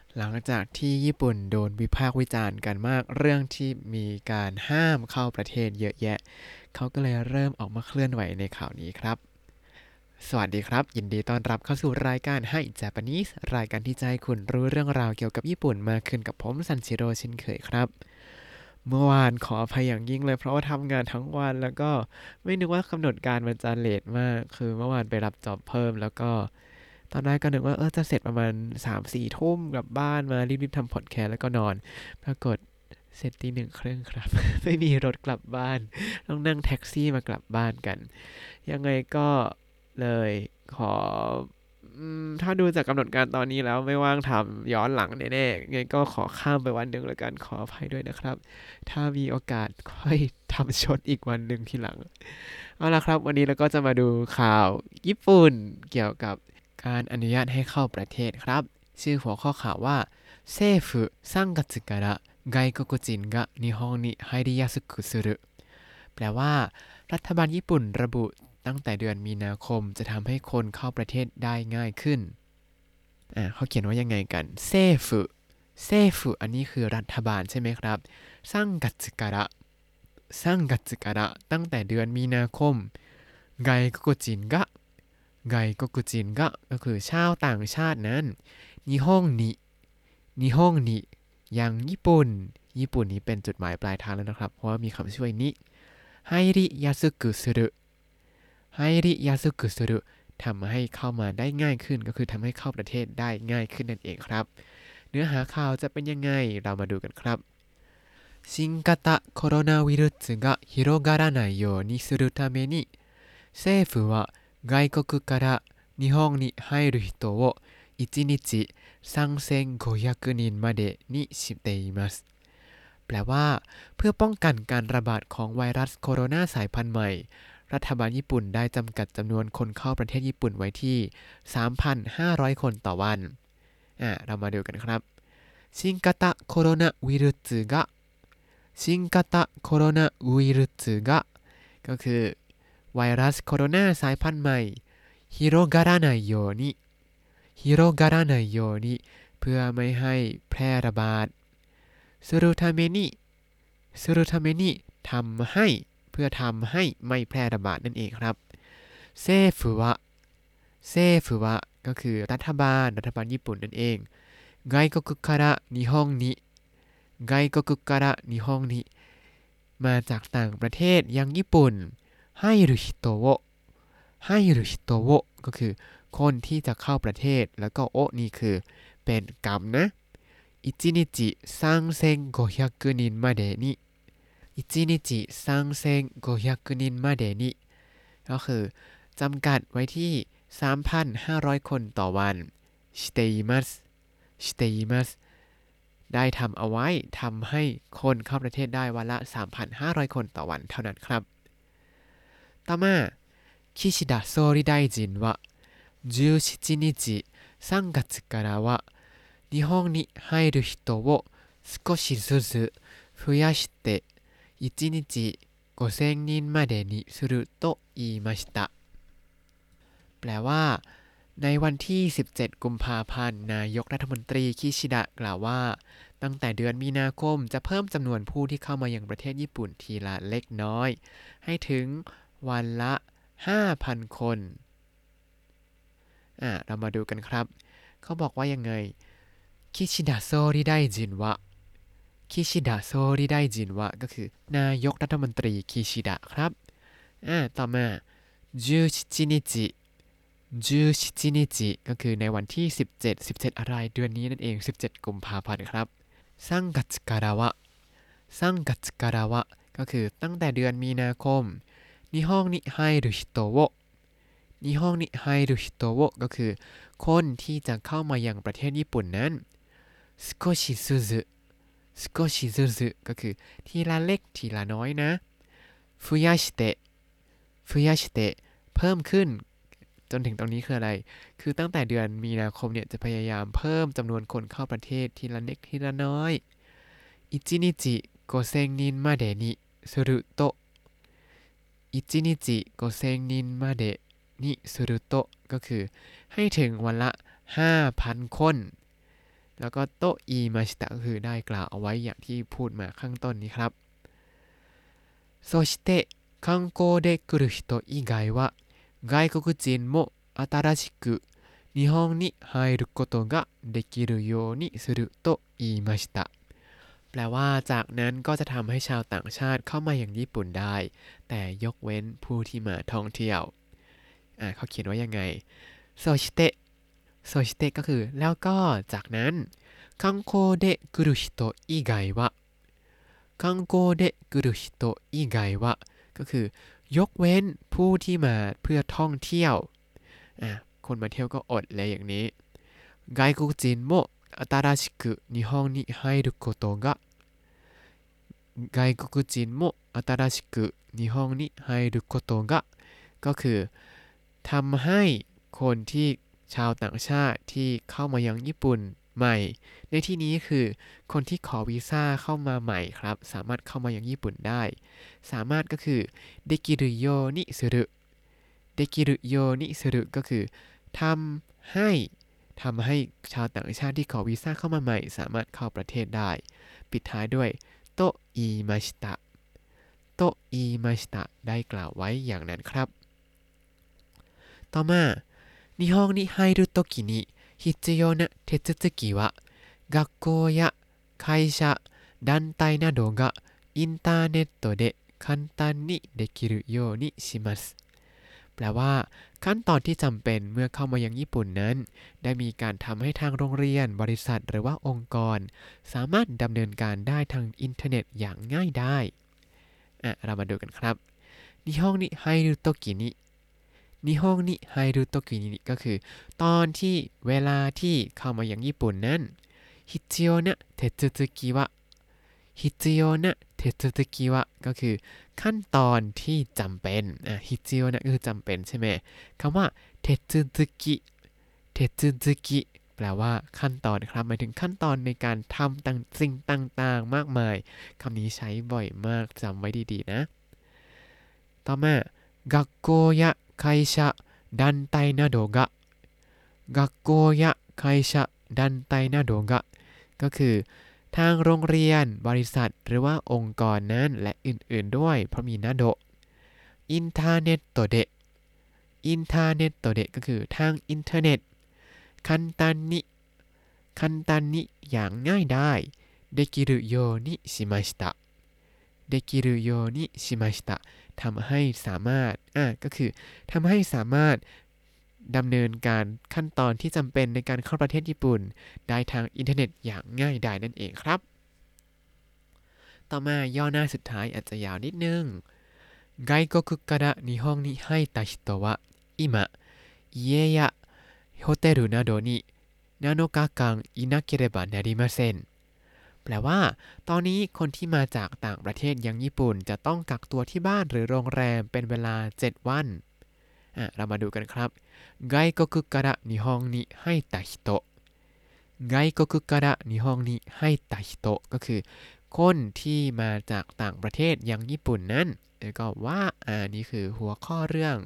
หลังจากที่ญี่ปุ่นโดนวิพากษ์วิจารณ์กันมากเรื่องที่มีการห้ามเข้าประเทศเยอะแยะเขาก็เลยเริ่มออกมาเคลื่อนไหวในข่าวนี้ครับสวัสดีครับยินดีต้อนรับเข้าสู่รายการให้เจแปนิสรายการที่จะให้คุณรู้เรื่องราวเกี่ยวกับญี่ปุ่นมากขึ้นกับผมซันชิโร่เช่นเคยครับเมื่อวานขออภัยอย่างยิ่งเลยเพราะว่าทำงานทั้งวันแล้วก็ไม่นึกว่ากำหนดการมันจะเลทมากคือเมื่อวานไปรับจ็อบเพิ่มแล้วก็ ตอนแรกก็นึกว่าจะเสร็จประมาณ3-4ทุ่มกลับบ้านมารีบๆทำพอดแคสต์แล้วก็นอนปรากฏเสร็จตี 1 ครึ่งครับไม่มีรถกลับบ้านต้องนั่งแท็กซี่มากลับบ้านกันยังไงก็เลยขอถ้าดูจากกำหนดการตอนนี้แล้วไม่ว่างทำย้อนหลังแน่ๆยังไงก็ขอข้ามไปวันหนึ่งแล้วกันขออภัยด้วยนะครับถ้ามีโอกาสค่อยทำชดอีกวันหนึ่งทีหลังเอาละครับวันนี้เราก็จะมาดูข่าวญี่ปุ่นเกี่ยวกับ การอนุญาตให้เข้าประเทศครับชื่อหัวข้อข่าวว่า政府3月から外国人が日本に入りやすくするแปลว่ารัฐบาลญี่ปุ่นระบุตั้งแต่เดือนมีนาคมจะทำให้คนเข้าประเทศได้ง่ายขึ้นเขาเขียนว่ายังไงกันเซฟุอันนี้คือรัฐบาลใช่ไหมครับ3月からตั้งแต่เดือนมีนาคมไกโกโกจินกะไกโกโกจินกะก็คือชาวต่างชาตินั้นนิฮงนินิฮงนิยังญี่ปุ่นนี้เป็นจุดหมายปลายทางแล้วนะครับเพราะว่ามีคำช่วยนิไฮริยาสึกุสุรุไฮริยาสึกุสุรุทำให้เข้ามาได้ง่ายขึ้นก็คือทำให้เข้าประเทศได้ง่ายขึ้นนั่นเองครับเนื้อหาข่าวจะเป็นยังไงเรามาดูกันครับ新型コロナウイルスが広がらないようにするために政府は外国から日本に入る人を1日3500人までにしていますแปลว่าเพื่อป้องกันการระบาดของไวรัสโคโรนาสายพันธุ์ใหม่รัฐบาลญี่ปุ่นได้จำกัดจำนวนคนเข้าประเทศญี่ปุ่นไว้ที่ 3,500 คนต่อวันเรามาดูกันครับ新型コロナウイルスが新型コロナウイルスがก็คือไวรัสโคโรนาสายพันธุ์ใหม่ฮิโรการะไนโยนิฮิโรการะไนโยนิเพื่อไม่ให้แพร่ระบาดสุรุทาเมนิสุรุทาเมนิทำให้เพื่อทำให้ไม่แพร่ระบาดนั่นเองครับเซฟุวะเซฟุวะก็คือรัฐบาลญี่ปุ่นนั่นเองไกโกกุคาระนิฮงนิไกโกกุคาระนิฮงนิมาจากต่างประเทศยังญี่ปุ่นให้รุฮิโตโะให้รุฮิโตโะก็คือคนที่จะเข้าประเทศแล้วก็โอะนี่คือเป็นกรรมนะ1日3500人までに1日3500人までにก็คือจำกัดไว้ที่ 3,500 คนต่อวันสเตย์มัสสเตย์มัสได้ทำเอาไว้ทำให้คนเข้าประเทศได้วันละ 3,500 คนต่อวันเท่านั้นครับต่อมา岸田総理大臣は17日3月からは日本に入る人を少しずつ増やして1日5000人までにすると言いましたแปลว่าในวันที่17กุมภาพันธ์นายกรัฐมนตรีคิชิดะกล่าวว่าตั้งแต่เดือนมีนาคมจะเพิ่มจำนวนผู้ที่เข้ามายังประเทศญี่ปุ่นทีละเล็กน้อยให้ถึงวันละ 5,000 คนเรามาดูกันครับเขาบอกว่ายังไงคิชิดะโซริไดจินวะคิชิดะโซริไดจินวะก็คือนายกรัฐมนตรีคิชิดะครับต่อมา17日17日ก็คือในวันที่17อะไรเดือนนี้นั่นเอง17กุมภาพันธ์ครับ3月からは3月からはก็คือตั้งแต่เดือนมีนาคม日本に入る人を日本に入る人をก็คือคนที่จะเข้ามายังประเทศญี่ปุ่นนั้น少しずつ少しずつก็คือทีละเล็กทีละน้อยนะ増やして増やしてเพิ่มขึ้นจนถึงตรงนี้คืออะไรคือตั้งแต่เดือนมีนาคมเนี่ยจะพยายามเพิ่มจำนวนคนเข้าประเทศทีละเล็กทีละน้อย1日5000人までにすると1日5000人までにするとก็คือให้ถึงวันละ 5,000 คนแล้วก็โตอีมาชิตะก็คือได้กล่าวเอาไว้อย่างที่พูดมาข้างต้นนี้ครับそして観光で来る人以外は外国人も新しく日本に入ることができるようにすると言いましたแปลว่าจากนั้นก็จะทำให้ชาวต่างชาติเข้ามาอย่างญี่ปุ่นได้แต่ยกเว้นผู้ที่มาท่องเที่ยวเขาเขียนว่ายังไงโซชิเตะโซชิเตะก็คือแล้วก็จากนั้นคังโคเดะกุรุฮิโตะอิไกวะคังโคเดะกุรุฮิโตะอิไกวะก็คือยกเว้นผู้ที่มาเพื่อท่องเที่ยวคนมาเที่ยวก็อดเลยอย่างนี้外国人も新しく日本に入ることが外国人も新しく日本に入ることがก็คือทำให้คนที่ชาวต่างชาติที่เข้ามายังญี่ปุ่นใหม่ในที่นี้คือคนที่ขอวีซ่าเข้ามาใหม่ครับสามารถเข้ามายังญี่ปุ่นได้สามารถก็คือできるようにするできるようにするก็คือทำให้ชาวต่างชาติที่ขอวีซ่าเข้ามาใหม่สามารถเข้าประเทศได้ปิดท้ายด้วยโตอิมาชิตะโตอิมาชิตะได้กล่าวไว้อย่างนั้นครับต่อมา日本に入るときに必要な手続きは学校や会社団体などがインターネットで簡単にできるようにしますแปลว่าขั้นตอนที่จำเป็นเมื่อเข้ามายังญี่ปุ่นนั้นได้มีการทำให้ทางโรงเรียนบริษัทหรือว่าองค์กรสามารถดำเนินการได้ทางอินเทอร์เน็ตอย่างง่ายได้เรามาดูกันครับ日本に入るときにนิฮงนิไฮรุโตกินิก็คือตอนที่เวลาที่เข้ามายังญี่ปุ่นนั้นฮิจิโอนะเทซุซุกิวะฮิจิโอนะเทซุซุกิวะก็คือขั้นตอนที่จำเป็นฮิจิโอนะก็คือจำเป็นใช่ไหมคำว่าเทซุซุกิเทซุซุกิแปลว่าขั้นตอนครับหมายถึงขั้นตอนในการทำสิ่งต่างๆมากมายคำนี้ใช้บ่อยมากจำไว้ดีๆนะต่อมา学校や会社団体などが学校や会社団体などがก็คือทางโรงเรียนบริษัทหรือว่าองค์กรนั้นและอื่นๆด้วยเพราะมีนาโดอินเทอร์เน็ตโตเดะอินเทอร์เน็ตโตเดะก็คือทางอินเทอร์เน็ตคันตันนิอย่างง่ายได้できるようにしましたできるようにしましたทำให้สามารถก็คือทำให้สามารถดำเนินการขั้นตอนที่จำเป็นในการเข้าประเทศญี่ปุ่นได้ทางอินเทอร์เน็ตอย่างง่ายดายนั่นเองครับต่อมาย่อหน้าสุดท้ายอาจจะยาวนิดนึง外国から日本に入った人は今家やホテルなどに7日間いなければなりませんแปลว่าตอนนี้คนที่มาจากต่างประเทศยังญี่ปุ่นจะต้องกักตัวที่บ้านหรือโรงแรมเป็นเวลา7วันเรามาดูกันครับ外国から日本に入った人外国から日本に入った人ก็คือคนที่มาจากต่างประเทศยังญี่ปุ่นนั้นแล้วก็ว่านี่คือหัวข้อเรื่อง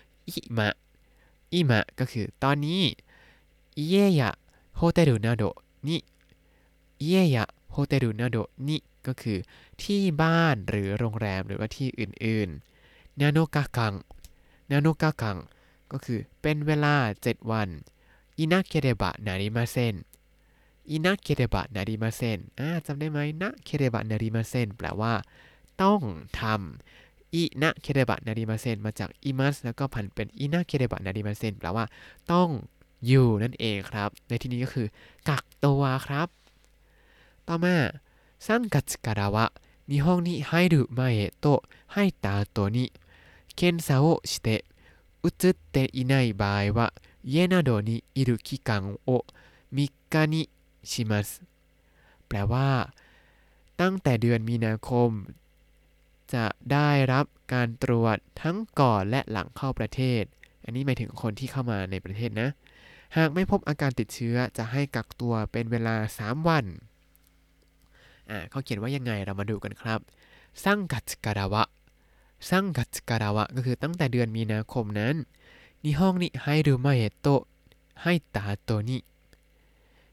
อิมะก็คือตอนนี้อิเยยะโฮเทルなどにอิเยยะโฮเทルなどにก็คือที่บ้านหรือโรงแรมหรือว่าที่อื่นๆนาโนกะกังก็คือเป็นเวลา7วันอินาเคเรบะนาริมาเซนอินาเคเรบะนาริมาเซนจำได้ไหมนะเคเรบะนาริมาเซนแปลว่าต้องทำอินะเคเรบะนาริมาเซนมาจากอิมัสแล้วก็ผันเป็นอินะเคเรบะนาริมาเซนแปลว่าต้องอยู่นั่นเองครับในที่นี้ก็คือกักตัวครับต่อมา3月からは日本に入る前と入った後に検査をして移っていない場合は家などにいる期間を3日にしますแปลว่าตั้งแต่เดือนมีนาคมจะได้รับการตรวจทั้งก่อนและหลังเข้าประเทศอันนี้หมายถึงคนที่เข้ามาในประเทศนะหากไม่พบอาการติดเชื้อจะให้กักตัวเป็นเวลา3วันเขาเขียนว่ายังไงเรามาดูกันครับ3月からは3月からはก็คือตั้งแต่เดือนมีนาคมนั้น日本に入る前と入った後に日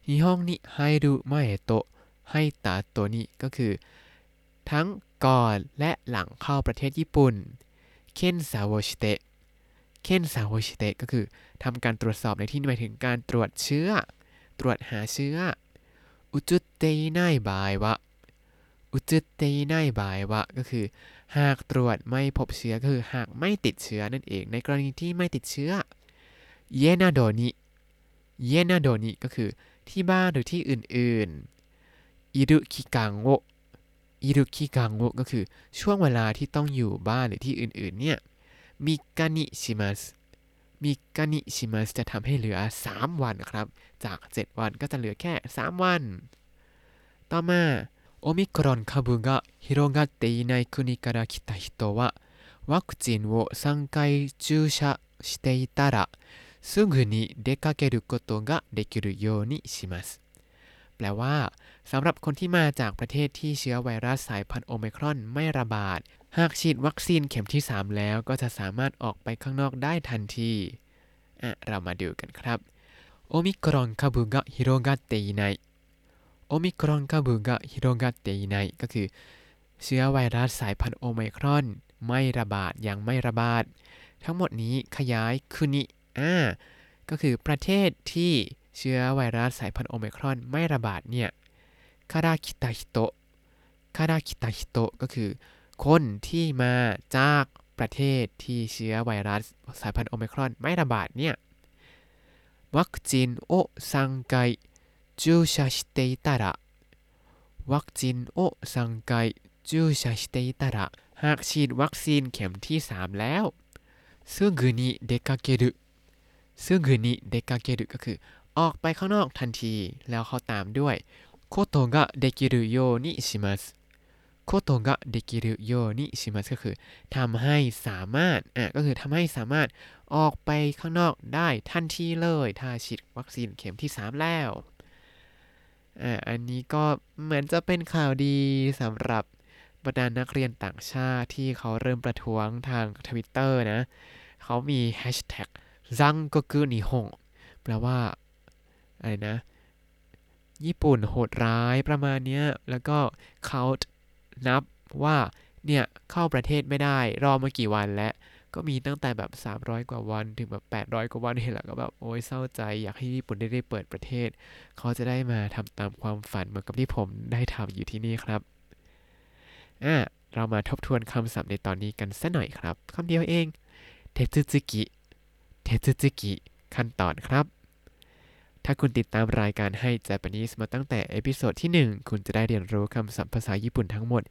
日本に入る前と入った後にก็คือทั้งก่อนและหลังเข้าประเทศญี่ปุ่นเคนซาโวชิเตะเคนซาโวชิเตะก็คือทำการตรวจสอบในที่นี้หมายถึงการตรวจเชื้อตรวจหาเชื้ออุจุเตอิไนบายวะอุจุเตอิไนบายวะก็คือหากตรวจไม่พบเชื้อก็คือหากไม่ติดเชื้อนั่นเองในกรณีที่ไม่ติดเชื้อเยนาโดนิเยนาโดนิก็คือที่บ้านหรือที่อื่นๆอิรุคิกังโออิรุคิกังโอก็คือช่วงเวลาที่ต้องอยู่บ้านหรือที่อื่นๆเนี่ยมิกานิชิมัสมิกานิชิมัสจะทำให้เหลือ3วันครับจาก7วันก็จะเหลือแค่3วันต่อมาโอมิครอน株が広がっていない国から来た人はワクチンを3回注射していたらすぐに出かけることができるようにしますแปลว่าสำหรับคนที่มาจากประเทศที่เชื้อไวรัสสายพันธุ์โอไมครอนไม่ระบาดหากฉีดวัคซีนเข็มที่3แล้วก็จะสามารถออกไปข้างนอกได้ทันทีเรามาดูกันครับโอมิครอน株が広がっていないโอมิครอน株が広がっていないก็คือเชื้อไวรัสสายพันธุ์โอไมครอนไม่ระบาดยังไม่ระบาดทั้งหมดนี้ขยายคุนิก็คือประเทศที่เชื้อไวรัสสายพันธุ์โอไมครอนไม่ระบาดเนี่ยคาราคิตาฮิโตะคาราคิตาฮิโตะก็คือคนที่มาจากประเทศที่เชื้อไวรัสสายพันธุ์โอไมครอนไม่ระบาดเนี่ยวัคซีนโอซังไก注射していたらワクチンを3回注射していたらหากฉีดวัคซีนเข็มที่3แล้วすぐに出かけるすぐに出かけるก็คือออกไปข้างนอกทันทีแล้วเขาตามด้วยことができるようにしますことができるようにしますก็คือทำให้สามารถก็คือทำให้สามารถออกไปข้างนอกได้ทันทีเลยถ้าฉีดวัคซีนเข็มที่3แล้วอันนี้ก็เหมือนจะเป็นข่าวดีสำหรับบรรดานักเรียนต่างชาติที่เขาเริ่มประท้วงทาง Twitter นะเขามีแฮชแท็กซังโกกุนิฮงแปลว่าอะไรนะญี่ปุ่นโหดร้ายประมาณเนี้ยแล้วก็เขานับว่าเนี่ยเข้าประเทศไม่ได้รอมากี่วันแล้วก็มีตั้งแต่แบบ300กว่าวันถึงแบบ800กว่าวันเห็นแล้วก็แบบโอ๊ยเศร้าใจอยากให้ญี่ปุ่นได้เปิดประเทศเขาจะได้มาทำตามความฝันเหมือนกับที่ผมได้ทำอยู่ที่นี่ครับเรามาทบทวนคำศัพท์ในตอนนี้กันสักหน่อยครับคำเดียวเองเทซึซึกิเทซึซึกิขั้นตอนครับถ้าคุณติดตามรายการให้ Japanese มาตั้งแต่เอพิโซดที่1คุณจะได้เรียนรู้คำศัพท์ภาษาญี่ปุ่นทั้งหมด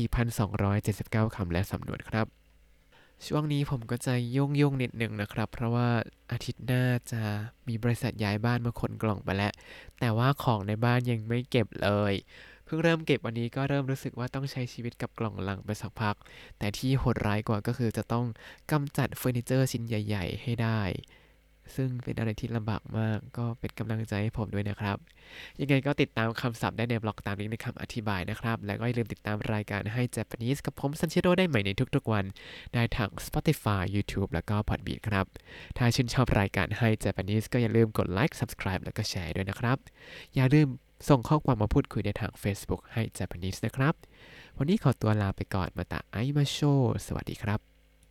4,279 คำและสำนวนครับช่วงนี้ผมก็จะยุ่งนิดนึงนะครับเพราะว่าอาทิตย์หน้าจะมีบริษัทย้ายบ้านมาขนกล่องไปแล้วแต่ว่าของในบ้านยังไม่เก็บเลยเพิ่งเริ่มเก็บวันนี้ก็เริ่มรู้สึกว่าต้องใช้ชีวิตกับกล่องลังไปสักพักแต่ที่โหดร้ายกว่าก็คือจะต้องกำจัดเฟอร์นิเจอร์ชิ้นใหญ่ๆให้ได้ซึ่งเป็นอะไรที่ลำบากมากก็เป็นกำลังใจให้ผมด้วยนะครับยังไงก็ติดตามคำศัพท์ได้ในบล็อกตามลิงก์ในคำอธิบายนะครับและก็อย่าลืมติดตามรายการให้ Japanese กับผมซันชิโร่ได้ใหม่ในทุกๆวันได้ทาง Spotify YouTube แล้วก็ Podbean ครับถ้าชื่นชอบรายการให้ Japanese ก็อย่าลืมกดไลค์ Subscribe แล้วก็แชร์ด้วยนะครับอย่าลืมส่งข้อความมาพูดคุยในทาง Facebook ให้ Japanese นะครับวันนี้ขอตัวลาไปก่อนมาตาไอมาโชสวัสดีครับ